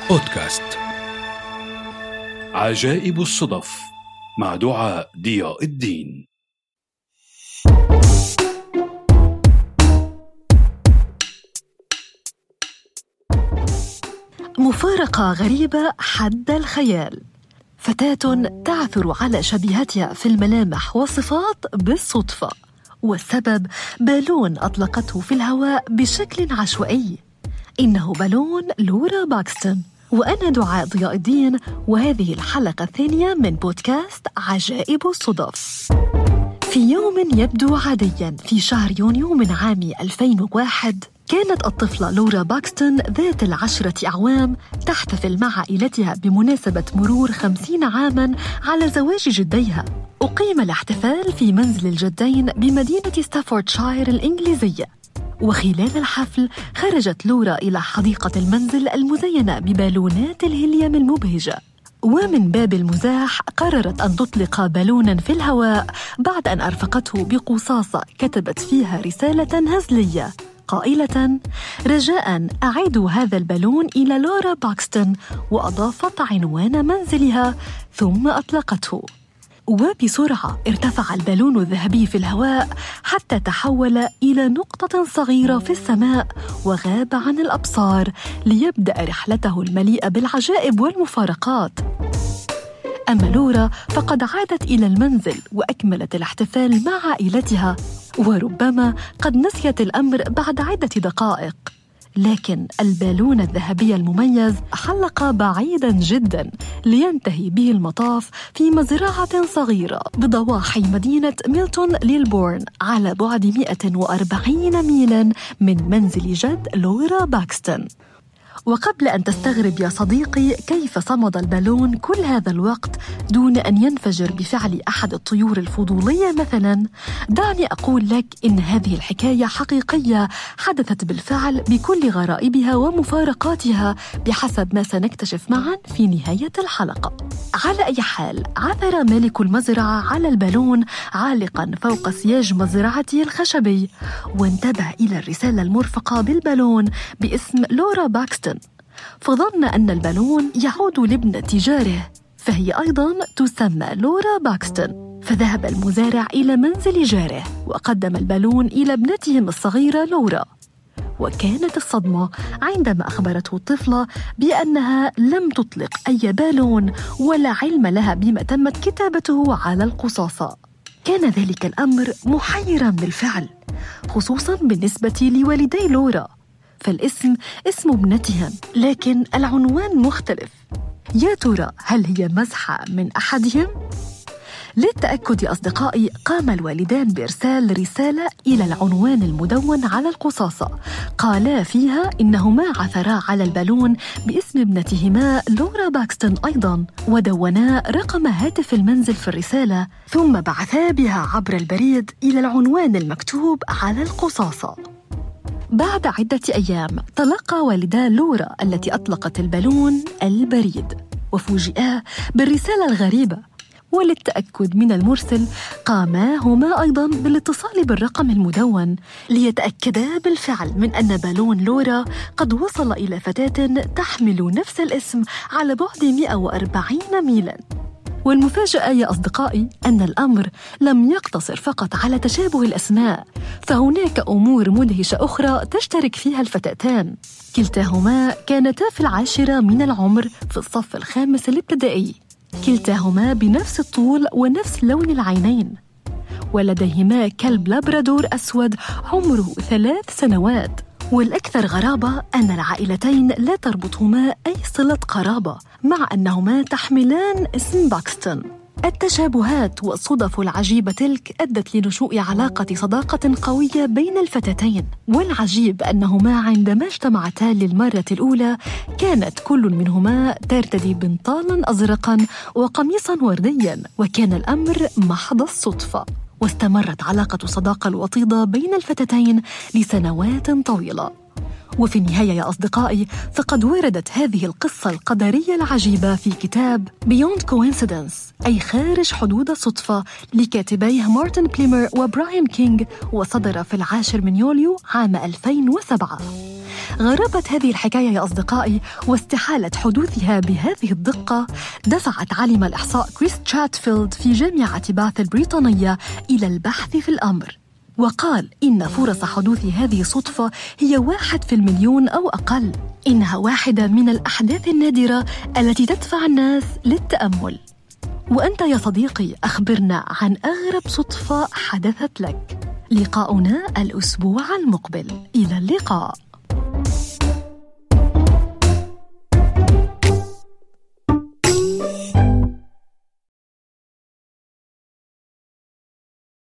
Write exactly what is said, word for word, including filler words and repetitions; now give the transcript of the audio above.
بودكاست عجائب الصدف مع دعاء ضياء الدين. مفارقة غريبة حد الخيال. فتاة تعثر على شبيهتها في الملامح والصفات بالصدفة، والسبب بالون أطلقته في الهواء بشكل عشوائي. إنه بالون لورا باكستون. وأنا دعاء ضياء الدين، وهذه الحلقة الثانية من بودكاست عجائب الصدف. في يوم يبدو عادياً في شهر يونيو من عام ألفين وواحد، كانت الطفلة لورا باكستون ذات العشرة أعوام تحتفل مع عائلتها بمناسبة مرور خمسين عاماً على زواج جديها. أقيم الاحتفال في منزل الجدين بمدينة ستافوردشاير الإنجليزية، وخلال الحفل خرجت لورا إلى حديقة المنزل المزينة ببالونات الهيليوم المبهجة، ومن باب المزاح قررت أن تطلق بالوناً في الهواء بعد أن أرفقته بقصاصة كتبت فيها رسالة هزلية قائلة: رجاءً أعيدوا هذا البالون إلى لورا باكستون، وأضافت عنوان منزلها ثم أطلقته. وبسرعة ارتفع البالون الذهبي في الهواء حتى تحول إلى نقطة صغيرة في السماء وغاب عن الأبصار ليبدأ رحلته المليئة بالعجائب والمفارقات. أما لورا فقد عادت إلى المنزل وأكملت الاحتفال مع عائلتها، وربما قد نسيت الأمر بعد عدة دقائق. لكن البالون الذهبي المميز حلق بعيداً جداً لينتهي به المطاف في مزرعة صغيرة بضواحي مدينة ميلتون ليلبورن، على بعد مئة وأربعين ميلاً من منزل جد لورا باكستون. وقبل أن تستغرب يا صديقي كيف صمد البالون كل هذا الوقت دون أن ينفجر بفعل أحد الطيور الفضولية مثلاً، دعني أقول لك إن هذه الحكاية حقيقية حدثت بالفعل بكل غرائبها ومفارقاتها بحسب ما سنكتشف معاً في نهاية الحلقة. على أي حال، عثر مالك المزرعة على البالون عالقاً فوق سياج مزرعته الخشبي، وانتبه إلى الرسالة المرفقة بالبالون باسم لورا باكستون، فظن أن البالون يعود لابنة جاره، فهي أيضاً تسمى لورا باكستون. فذهب المزارع إلى منزل جاره وقدم البالون إلى ابنتهم الصغيرة لورا، وكانت الصدمة عندما أخبرته الطفلة بأنها لم تطلق أي بالون ولا علم لها بما تمت كتابته على القصاصة. كان ذلك الأمر محيراً بالفعل، خصوصاً بالنسبة لوالدي لورا، فالاسم اسم ابنتهم لكن العنوان مختلف. يا ترى هل هي مزحة من أحدهم؟ للتأكد يا أصدقائي، قام الوالدان بإرسال رسالة إلى العنوان المدون على القصاصة، قالا فيها إنهما عثرا على البالون باسم ابنتهما لورا باكستون أيضاً، ودونا رقم هاتف المنزل في الرسالة، ثم بعثا بها عبر البريد إلى العنوان المكتوب على القصاصة. بعد عدة أيام تلقى والدا لورا التي أطلقت البالون البريد، وفوجئا بالرسالة الغريبة. وللتأكد من المرسل قاما هما أيضاً بالاتصال بالرقم المدون ليتأكدا بالفعل من أن بالون لورا قد وصل إلى فتاة تحمل نفس الاسم على بعد مئة وأربعين ميلاً. والمفاجأة يا أصدقائي أن الأمر لم يقتصر فقط على تشابه الأسماء، فهناك أمور مدهشة أخرى تشترك فيها الفتاتان. كلتاهما كانتا في العاشرة من العمر في الصف الخامس الابتدائي، كلتاهما بنفس الطول ونفس لون العينين، ولديهما كلب لابرادور أسود عمره ثلاث سنوات. والأكثر غرابة أن العائلتين لا تربطهما أي صلة قرابة، مع أنهما تحملان اسم باكستون. التشابهات والصدف العجيبة تلك أدت لنشوء علاقة صداقة قوية بين الفتاتين، والعجيب أنهما عندما اجتمعتا للمرة الأولى كانت كل منهما ترتدي بنطالاً أزرقاً وقميصاً وردياً، وكان الأمر محض الصدفة. واستمرت علاقة صداقة الوطيدة بين الفتاتين لسنوات طويلة. وفي النهاية يا أصدقائي، فقد وردت هذه القصة القدرية العجيبة في كتاب Beyond Coincidence، أي خارج حدود الصدفة، لكاتبيه مارتن بليمر وبراين كينغ، وصدر في العاشر من يوليو عام ألفين وسبعة. غرابة هذه الحكاية يا أصدقائي واستحالة حدوثها بهذه الدقة دفعت عالم الإحصاء كريس تشاتفيلد في جامعة باث البريطانية إلى البحث في الأمر، وقال إن فرص حدوث هذه الصدفة هي واحد في المليون أو أقل. إنها واحدة من الأحداث النادرة التي تدفع الناس للتأمل. وأنت يا صديقي، أخبرنا عن أغرب صدفة حدثت لك. لقاؤنا الأسبوع المقبل. إلى اللقاء.